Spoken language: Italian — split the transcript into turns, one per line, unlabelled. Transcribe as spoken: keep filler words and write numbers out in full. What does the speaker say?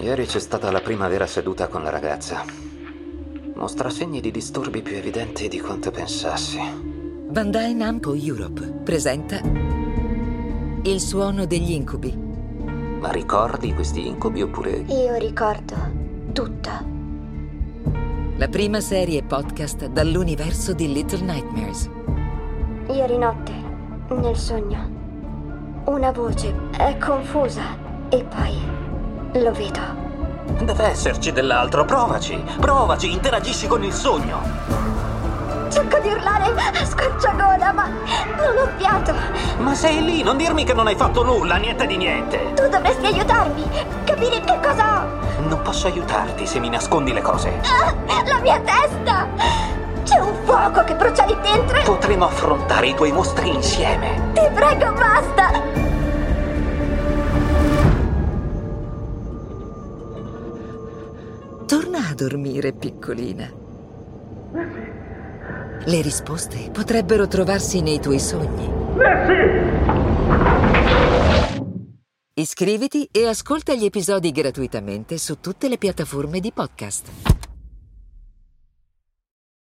Ieri c'è stata la prima vera seduta con la ragazza. Mostra segni di disturbi più evidenti di quanto pensassi.
Bandai Namco Europe presenta Il suono degli incubi.
Ma ricordi questi incubi oppure...
Io ricordo tutto.
La prima serie podcast dall'universo di Little Nightmares.
Ieri notte, nel sogno, una voce è confusa e poi lo vedo.
Deve esserci dell'altro, provaci, provaci, interagisci con il sogno.
Cerco di urlare a squarciagola, ma non ho fiato.
Ma sei lì, non dirmi che non hai fatto nulla, niente di niente.
Tu dovresti aiutarmi, capire che cosa ho.
Non posso aiutarti se mi nascondi le cose.
Ah, la mia testa! C'è un fuoco che brucia lì dentro.
Potremo affrontare i tuoi mostri insieme.
Ti prego, basta!
Torna a dormire, piccolina. Le risposte potrebbero trovarsi nei tuoi sogni. Iscriviti e ascolta gli episodi gratuitamente su tutte le piattaforme di podcast.